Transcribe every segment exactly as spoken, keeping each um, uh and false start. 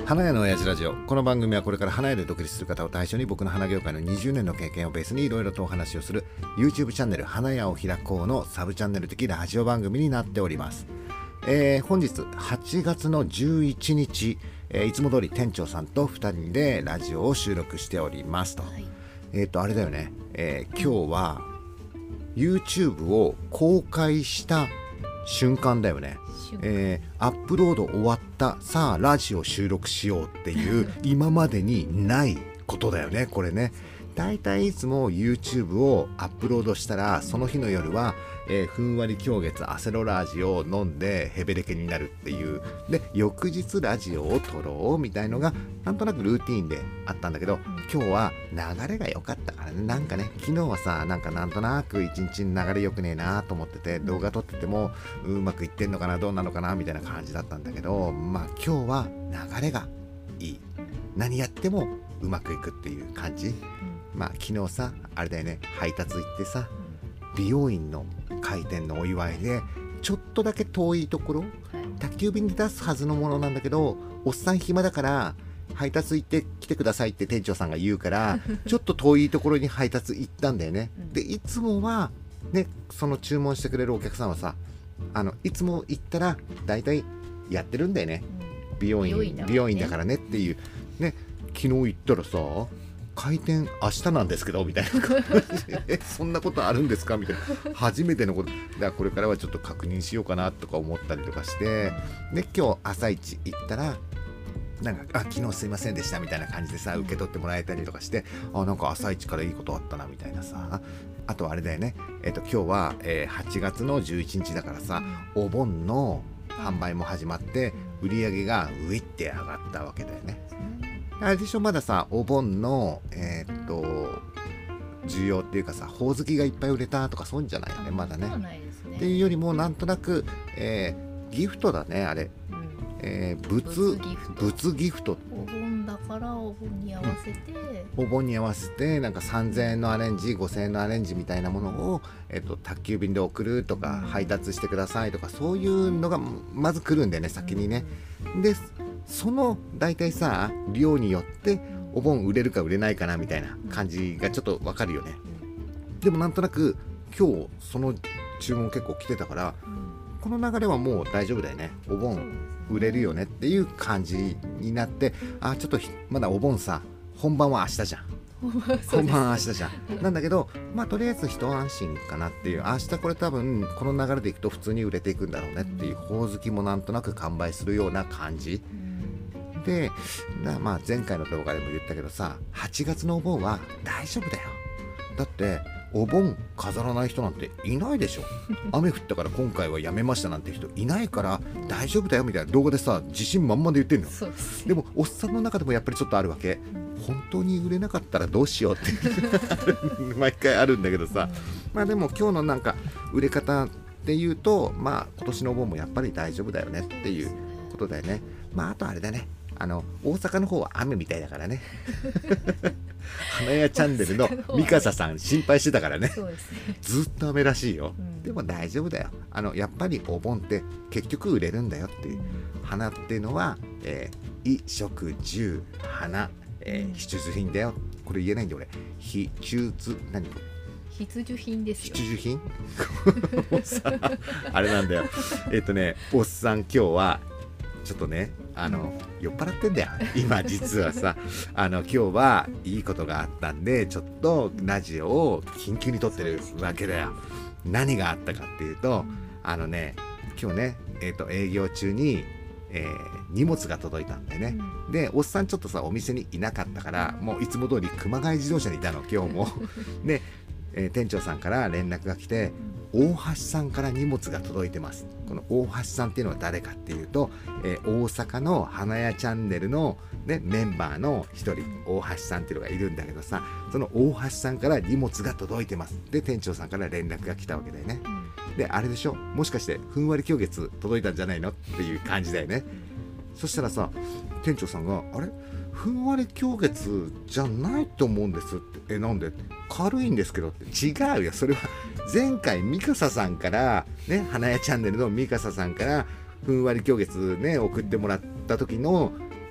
花屋の親父ラジオ。この番組はこれから花屋で独立する方を対象に僕の花業界のにじゅうねんの経験をベースにいろいろとお話をする YouTube チャンネル花屋を開こうのサブチャンネル的ラジオ番組になっております。えー、本日はちがつのじゅういちにち、えー、いつも通り店長さんとふたりでラジオを収録しておりますと、はい、えっ、ー、とあれだよね、えー、今日は YouTube を公開した瞬間だよね。えー、アップロード終わった、さあラジオ収録しようっていう今までにないことだよねこれね。だいたいいつも YouTube をアップロードしたらその日の夜は、えー、ふんわり狂月アセロラージを飲んでヘベレケになるっていうで、翌日ラジオを撮ろうみたいのがなんとなくルーティーンであったんだけど、今日は流れが良かったからね。なんかね、昨日はさ、なんかなんとなく一日の流れ良くねえなと思ってて、動画撮っててもうまくいってんのかなどうなのかなみたいな感じだったんだけど、まあ今日は流れがいい、何やってもうまくいくっていう感じ。まあ昨日さ、あれだよね、配達行ってさ、美容院の開店のお祝いでちょっとだけ遠いところ、宅急便で出すはずのものなんだけど、おっさん暇だから配達行って来てくださいって店長さんが言うからちょっと遠いところに配達行ったんだよね。でいつもはね、その注文してくれるお客さんはさ、あのいつも行ったらだいたいやってるんだよね、美容院美容院だからねっていうね。昨日行ったらさ、開店明日なんですけどみたいな感じでそんなことあるんですかみたいな、初めてのことだからこれからはちょっと確認しようかなとか思ったりとかして、で今日朝一行ったらなんかあ昨日すいませんでしたみたいな感じでさ受け取ってもらえたりとかして、あなんか朝一からいいことあったなみたいなさ。あとあれだよね、えっと今日は、えー、はちがつのじゅういちにちだからさ、お盆の販売も始まって売り上げがウィって上がったわけだよね。あれでしょ、まださお盆のえー、っと需要っていうかさ、ほおずきがいっぱい売れたとかそういうんじゃないよねまだね。っていうよりもなんとなく、えー、ギフトだねあれ、うん、えー、物ギフト物ギフトお盆だからお盆に合わせて、 うん、お盆に合わせてなんかさんぜんえんのアレンジごせんえんのアレンジみたいなものを、えー、っと宅急便で送るとか、うん、配達してくださいとかそういうのがまず来るんだよね先にね、うん、でその大体さ量によってお盆売れるか売れないかなみたいな感じがちょっとわかるよね。でもなんとなく今日その注文結構来てたから、この流れはもう大丈夫だよね、お盆売れるよねっていう感じになって、あちょっとまだお盆さ本番は明日じゃん本番は明日じゃんなんだけど、まあとりあえず一安心かなっていう。明日これ多分この流れでいくと普通に売れていくんだろうねっていう、ほおずきもなんとなく完売するような感じで、まあ前回の動画でも言ったけどさ、はちがつのお盆は大丈夫だよ。だってお盆飾らない人なんていないでしょ雨降ったから今回はやめましたなんて人いないから大丈夫だよみたいな動画でさ自信満々で言ってんの。 そうです、ね、 でもおっさんの中でもやっぱりちょっとあるわけ、本当に売れなかったらどうしようって毎回あるんだけどさ、まあでも今日のなんか売れ方っていうと、まあ今年のお盆もやっぱり大丈夫だよねっていうことだよね。まああとあれだね、あの大阪の方は雨みたいだからね花屋チャンネルのミカサさん心配してたからね。 そうですね、 ずっと雨らしいよ、 うん、 でも大丈夫だよ。あのやっぱりお盆って結局売れるんだよっていう、うん、花っていうのは、えー、衣食住花、えー、必需品だよ。これ言えないんで俺必需何これ必需品ですよ。 必需品もうさあれなんだよえっとねおっさん今日はちょっとねあの酔っ払ってんだよ今実はさあの今日はいいことがあったんでちょっとラジオを緊急に撮ってるわけだよ。何があったかっていうと、あのね今日ね、えーと、営業中に、えー、荷物が届いたんでね、でおっさんちょっとさお店にいなかったからもういつも通り熊谷自動車にいたの今日もで、えー、店長さんから連絡が来て、大橋さんから荷物が届いてます。この大橋さんっていうのは誰かっていうと、えー、大阪の花屋チャンネルの、ね、メンバーの一人大橋さんっていうのがいるんだけどさ、その大橋さんから荷物が届いてますで店長さんから連絡が来たわけだよね。であれでしょ、もしかしてふんわり狂月届いたんじゃないのっていう感じだよね。そしたらさ店長さんがあれふんわり狂月じゃないと思うんですって。えなんで軽いんですけどって。違うよ、それは前回ミカサさんからね、花屋チャンネルのミカサさんからふんわり狂月ね送ってもらった時の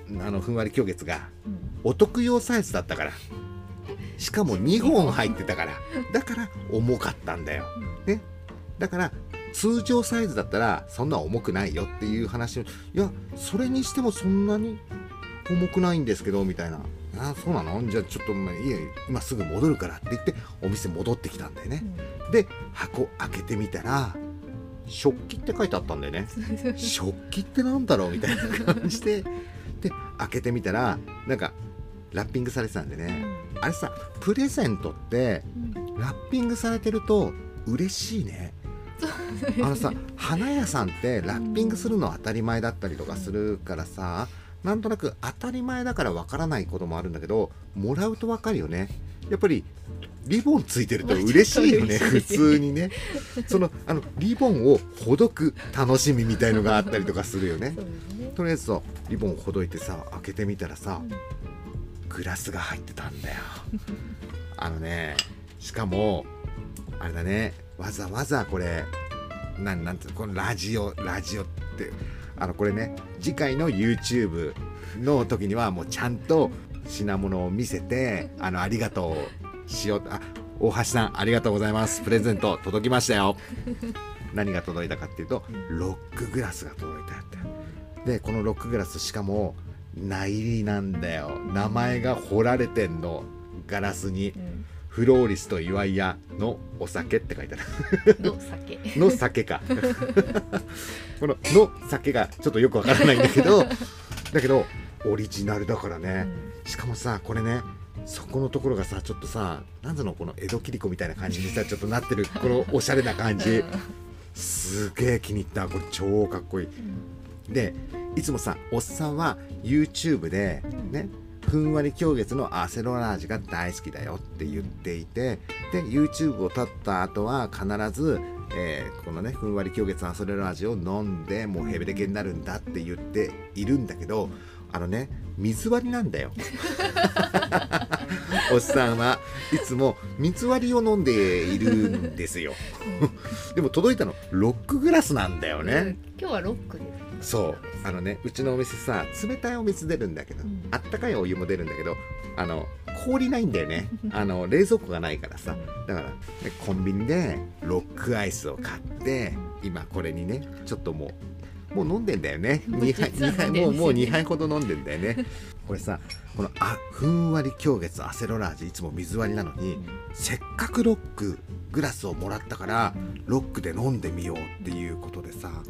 あのふんわり狂月がうんお得用サイズだったから、しかもにほん入ってたから、だから重かったんだよ、ね、だから通常サイズだったらそんな重くないよっていう話を、いやそれにしてもそんなに重くないんですけどみたいな、あそうなの、じゃあちょっとまあいいよ今すぐ戻るからって言ってお店戻ってきたんだよね、で箱開けてみたら食器って書いてあったんだよね食器ってなんだろうみたいな感じでで開けてみたらなんかラッピングされてたんでね、あれさプレゼントってラッピングされてると嬉しいね。あのさ花屋さんってラッピングするの当たり前だったりとかするからさ、なんとなく当たり前だからわからないこともあるんだけど、もらうとわかるよね。やっぱりリボンついてると嬉しいよね普通にね。そのあのリボンをほどく楽しみみたいのがあったりとかするよね。 そうですね。 とりあえずさリボンをほどいてさ開けてみたらさ、グラスが入ってたんだよあのね、しかもあれだね、わざわざこれなんなんていうの、このラジオラジオってあのこれね次回の YouTube の時にはもうちゃんと品物を見せて、あのありがとうしよう。あ、大橋さんありがとうございます、プレゼント届きましたよ何が届いたかっていうとロックグラスが届いたんだよ。でこのロックグラスしかも名入りなんだよ。名前が彫られてんの、ガラスに、うん、フローリスと岩井屋のお酒って書いてあるの酒の酒かこのの酒がちょっとよくわからないんだけどだけどオリジナルだからね、うん、しかもさこれねそこのところがさちょっとさなんつうの、この江戸切子みたいな感じにさちょっとなってるこのおしゃれな感じすげえ気に入った、これ超かっこいい、うん、でいつもさおっさんは YouTube でね、ふんわり狂月のアセロラ味が大好きだよって言っていて、で YouTube を撮った後は必ず、えー、このねふんわり狂月アセロラ味を飲んでもうヘベレケになるんだって言っているんだけど、あのね水割りなんだよおっさんはいつも水割りを飲んでいるんですよでも届いたのロックグラスなんだよね、うん、 今日はロックです。 そうあのねうちのお店さ冷たいお水出るんだけど、うん、あったかいお湯も出るんだけどあの氷ないんだよねあの冷蔵庫がないからさ、だから、ね、コンビニでロックアイスを買って今これにねちょっともうもう飲んでんだよねにはいにはいもうもうにはいほど飲んでんだよねこれさこのあふんわり狂月アセロラ味いつも水割りなのに、うん、せっかくロックグラスをもらったからロックで飲んでみようっていうことでさ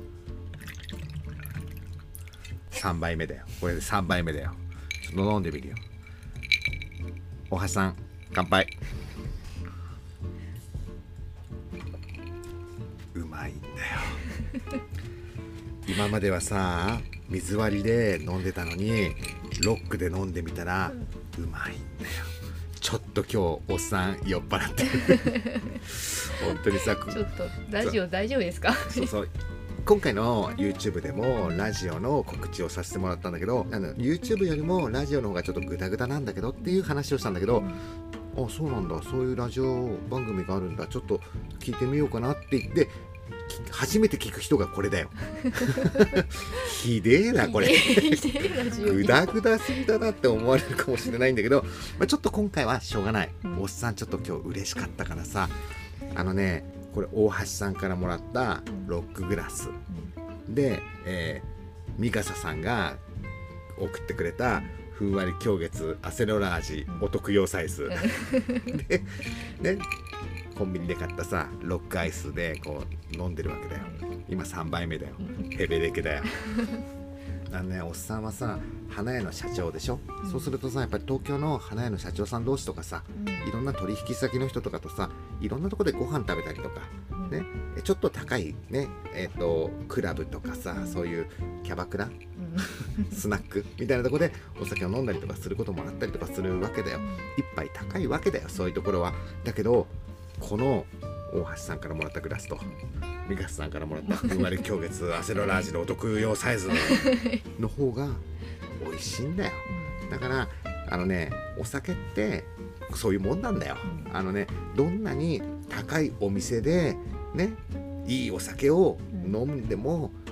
さんばいめだよ、これでさんばいめだよ。ちょっと飲んでみるよ。大橋さん乾杯。うまいんだよ今まではさ水割りで飲んでたのにロックで飲んでみたらうまいんだよ。ちょっと今日おっさん酔っ払ってる本当にさちょっとラジオ大丈夫ですかそうそう今回の YouTube でもラジオの告知をさせてもらったんだけど、あの YouTube よりもラジオの方がちょっとグダグダなんだけどっていう話をしたんだけど、あ、そうなんだ、そういうラジオ番組があるんだ、ちょっと聞いてみようかなって言って初めて聞く人がこれだよひでえなこれグダグダすぎだなって思われるかもしれないんだけど、まあ、ちょっと今回はしょうがない、うん、おっさんちょっと今日嬉しかったからさ、あのねこれ大橋さんからもらったロックグラス、うん、で、えー、ミカサさんが送ってくれたふんわり狂月アセロラ味お得用サイズ、うん、でねコンビニで買ったさロックアイスでこう飲んでるわけだよ。今さんばいめだよ、ヘベレケだよあのねおっさんはさ花屋の社長でしょ、うん、そうするとさやっぱり東京の花屋の社長さん同士とかさ、うん、いろんな取引先の人とかとさいろんなとこでご飯食べたりとか、うん、ねちょっと高いねえっ、ー、とクラブとかさ、うん、そういうキャバクラ、うん、スナックみたいなとこでお酒を飲んだりとかすることもあったりとかするわけだよ。一杯高いわけだよそういうところは。だけどこの大橋さんからもらったグラスとミカスさんからもらったふんわり狂月アセロラ味のお得用サイズの方が美味しいんだよ。だからあのねお酒ってそういうもんなんだよ。あのねどんなに高いお店でねいいお酒を飲んでも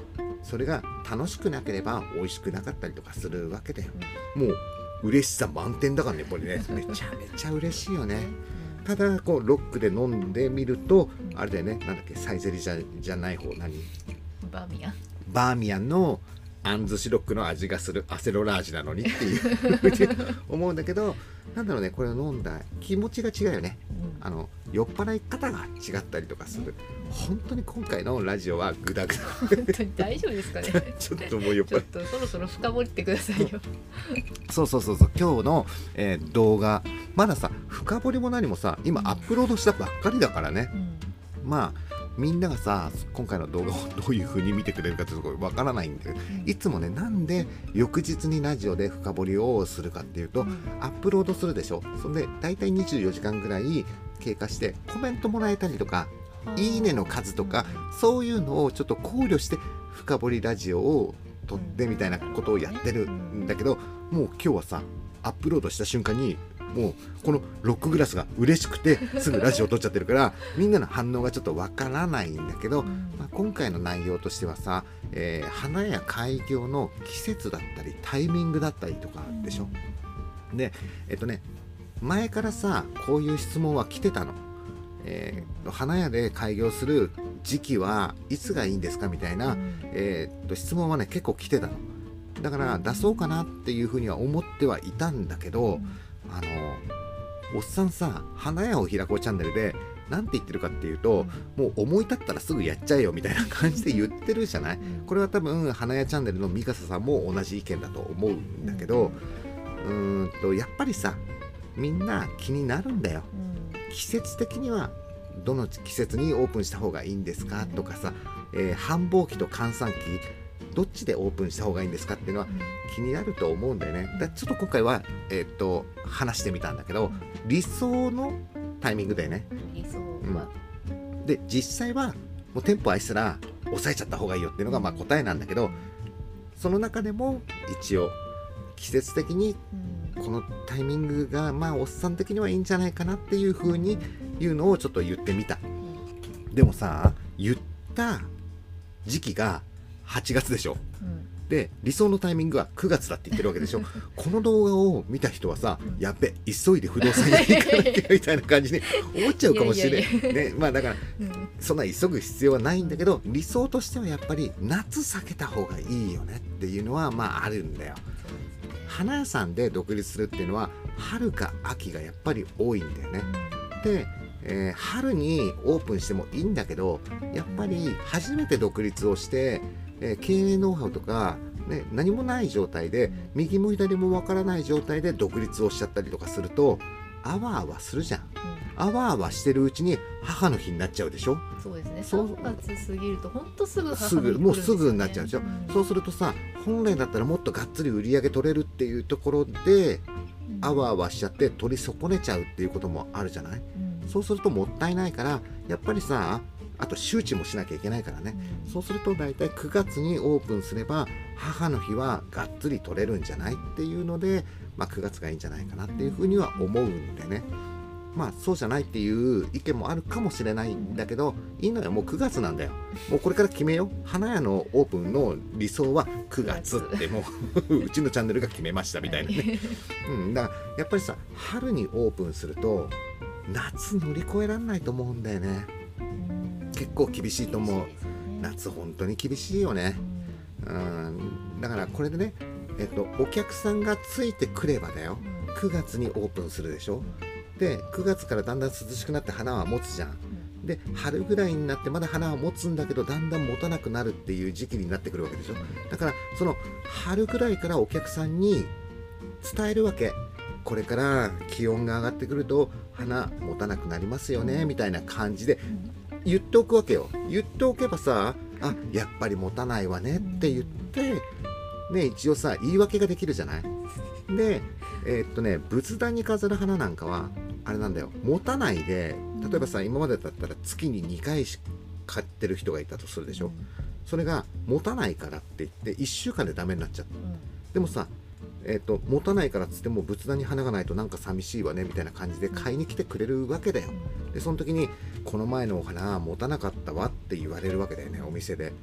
それが楽しくなければ美味しくなかったりとかするわけだよ。もう嬉しさ満点だからね、これねめちゃめちゃ嬉しいよね。ただこうロックで飲んでみるとあれだよね、なんだっけ、サイゼリじゃじゃない方、何バーミヤンバーミヤンのあんずシロックの味がするアセロラージなのにっていうふうに思うんだけど、なんだろうね、これを飲んだ気持ちが違うよね。あの酔っ払い方が違ったりとかする。本当に今回のラジオはグダグダ本当に大丈夫ですかねちょっともう酔っちょ払いっとそろそろ深掘ってくださいよそうそうそうそう、今日の、えー動画まださ深掘りも何もさ今アップロードしたばっかりだからね。 うんまあみんながさ今回の動画をどういう風に見てくれるかってところわからないんで、いつもねなんで翌日にラジオで深掘りをするかっていうと、 うんアップロードするでしょ。そんでだいたいにじゅうよじかんぐらい経過してコメントもらえたりとかいいねの数とかそういうのをちょっと考慮して深掘りラジオを撮ってみたいなことをやってるんだけど、もう今日はさアップロードした瞬間にもうこのロックグラスが嬉しくてすぐラジオ撮っちゃってるからみんなの反応がちょっとわからないんだけど、まあ、今回の内容としてはさ、えー花や開業の季節だったりタイミングだったりとかでしょ。でえっとね前からさこういう質問は来てたの。えー、花屋で開業する時期はいつがいいんですかみたいな、えー、と質問はね結構来てたの。だから出そうかなっていうふうには思ってはいたんだけど、あのおっさんさ花屋を開こうチャンネルでなんて言ってるかっていうと、もう思い立ったらすぐやっちゃえよみたいな感じで言ってるじゃない。これは多分花屋チャンネルのミカサさんも同じ意見だと思うんだけど、うーんとやっぱりさみんな気になるんだよ。季節的にはどの季節にオープンした方がいいんですかとかさ、えー繁忙期と閑散期どっちでオープンした方がいいんですかっていうのは気になると思うんだよね。だからちょっと今回は、えー、と話してみたんだけど、理想のタイミングだよね。 理想は、 で実際はもう店舗愛したら抑えちゃった方がいいよっていうのがまあ答えなんだけど、その中でも一応季節的にうんこのタイミングがまあおっさん的にはいいんじゃないかなっていう風に言うのをちょっと言ってみた。でもさ言った時期がはちがつでしょ。 うんで理想のタイミングはくがつだって言ってるわけでしょこの動画を見た人はさ、やっべ急いで不動産屋に行かなきゃみたいな感じに思っちゃうかもしれないいやいね。まあだからうんそんな急ぐ必要はないんだけど、理想としてはやっぱり夏避けた方がいいよねっていうのはまああるんだよ。花屋さんで独立するっていうのは春か秋がやっぱり多いんだよね。で、えー春にオープンしてもいいんだけど、やっぱり初めて独立をして、えー経営ノウハウとか、ね、何もない状態で右も左もわからない状態で独立をしちゃったりとかするとあわあわするじゃん。あわあわしてるうちに母の日になっちゃうでしょ。 そうですね。 そうさんがつ過ぎると本当すぐ母すの日来るんですよねぐもうすぐになっちゃうでしょ、 んそうするとさ本来だったらもっとがっつり売り上げ取れるっていうところであわあわしちゃって取り損ねちゃうっていうこともあるじゃない。 うんそうするともったいないからやっぱりさあと周知もしなきゃいけないからね。 うんそうすると大体くがつにオープンすれば母の日はがっつり取れるんじゃないっていうので、まあ、くがつがいいんじゃないかなっていうふうには思うんでね。まあそうじゃないっていう意見もあるかもしれないんだけど、いいのよ、もうくがつなんだよ。もうこれから決めよう。花屋のオープンの理想はくがつってもううちのチャンネルが決めましたみたいなね。うん、だからやっぱりさ春にオープンすると夏乗り越えられないと思うんだよね。 うん結構厳しいと思う。 厳しいですね夏本当に厳しいよね。うんだからこれでね、えっと、お客さんがついてくればだよ。くがつにオープンするでしょ。でくがつからだんだん涼しくなって花は持つじゃん。で春ぐらいになってまだ花は持つんだけどだんだん持たなくなるっていう時期になってくるわけでしょ。だからその春ぐらいからお客さんに伝えるわけ。これから気温が上がってくると花持たなくなりますよねみたいな感じで言っておくわけよ。言っておけばさあやっぱり持たないわねって言ってね一応さ言い訳ができるじゃない。でえーっとね仏壇に飾る花なんかはあれなんだよ、持たないで例えばさ今までだったら月ににかいし買ってる人がいたとするでしょ。それが持たないからって言っていっしゅうかんでダメになっちゃった。でもさえー、と持たないからっつっても仏壇に花がないとなんか寂しいわねみたいな感じで買いに来てくれるわけだよ。でその時にこの前のお花持たなかったわって言われるわけだよね、お店で。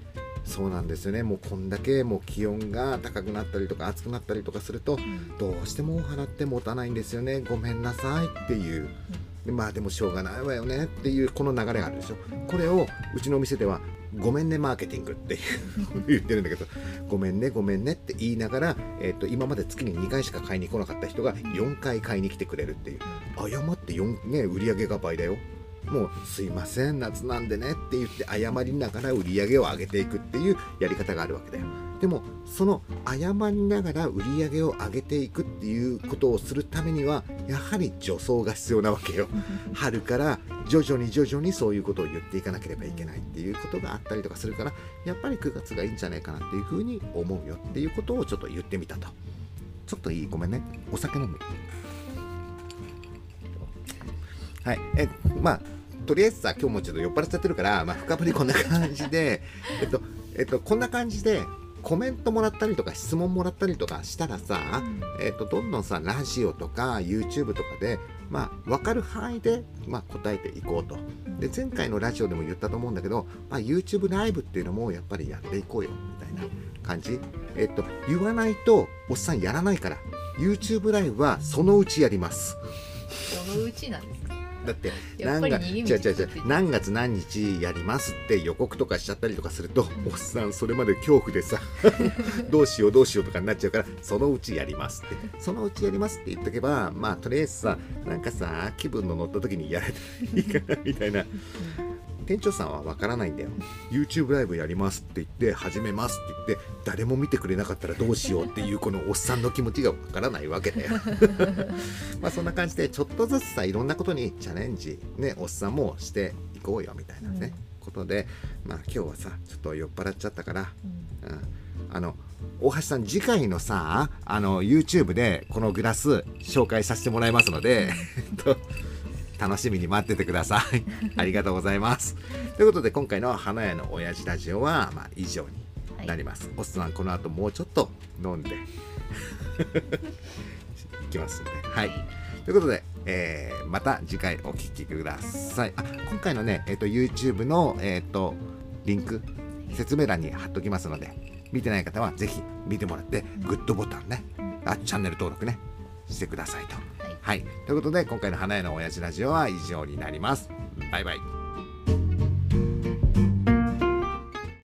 そうなんですよね。もうこんだけもう気温が高くなったりとか暑くなったりとかすると、どうしてもお花って持たないんですよね。ごめんなさいっていう、でまあでもしょうがないわよねっていうこの流れがあるでしょ。これをうちのお店ではごめんねマーケティングっていう言ってるんだけど、ごめんねごめんねって言いながら、えー、と今まで月ににかいしか買いに来なかった人がよんかい買いに来てくれるっていう。謝ってよん、ね、売り上げが倍だよ。もうすいません夏なんでねって言って謝りながら売り上げを上げていくっていうやり方があるわけだよ。でもその謝りながら売り上げを上げていくっていうことをするためにはやはり助走が必要なわけよ。春から徐々に徐々にそういうことを言っていかなければいけないっていうことがあったりとかするから、やっぱりくがつがいいんじゃないかなっていうふうに思うよっていうことをちょっと言ってみたと。ちょっといい？ごめんね、お酒飲む。はい、えまあとりあえずさ、今日もちょっと酔っ払っちゃってるから、まあ、深掘りこんな感じでえっとえっとこんな感じでコメントもらったりとか質問もらったりとかしたらさ、えっとどんどんさラジオとか YouTube とかでまあ分かる範囲で、まあ、答えていこうと。で前回のラジオでも言ったと思うんだけど、まあ、YouTube ライブっていうのもやっぱりやっていこうよみたいな感じ。えっと言わないとおっさんやらないから、 YouTube ライブはそのうちやります。 そのうちなんですか。 だってやっぱり逃げ道違う違う違う何月何日やりますって予告とかしちゃったりとかすると、おっさんそれまで恐怖でさどうしようどうしようとかになっちゃうから、そのうちやりますってそのうちやりますって言っとけば、まあとりあえずさ、なんかさ気分の乗った時にやれたらいいかなみたいな。店長さんはわからないんだよ。 YouTube ライブやりますって言って始めますって言って誰も見てくれなかったらどうしようっていうこのおっさんの気持ちがわからないわけだよまあそんな感じでちょっとずつさいろんなことにチャレンジね、おっさんもしていこうよみたいなね、うん、ことで、まあ今日はさちょっと酔っ払っちゃったから、うんうん、あの大橋さん次回のさあの YouTube でこのグラス紹介させてもらいますので楽しみに待っててくださいありがとうございます。ということで今回の花屋の親父ラジオは、まあ、以上になります、はい、おっさんこの後もうちょっと飲んでいきますので、はい、ということで、えー、また次回お聞きください。あ今回のね、えー、と YouTube の、えー、とリンク説明欄に貼っときますので、見てない方はぜひ見てもらってグッドボタンね、あチャンネル登録ねしてくださいと。はい、ということで今回の花屋の親父ラジオは以上になります。バイバイ。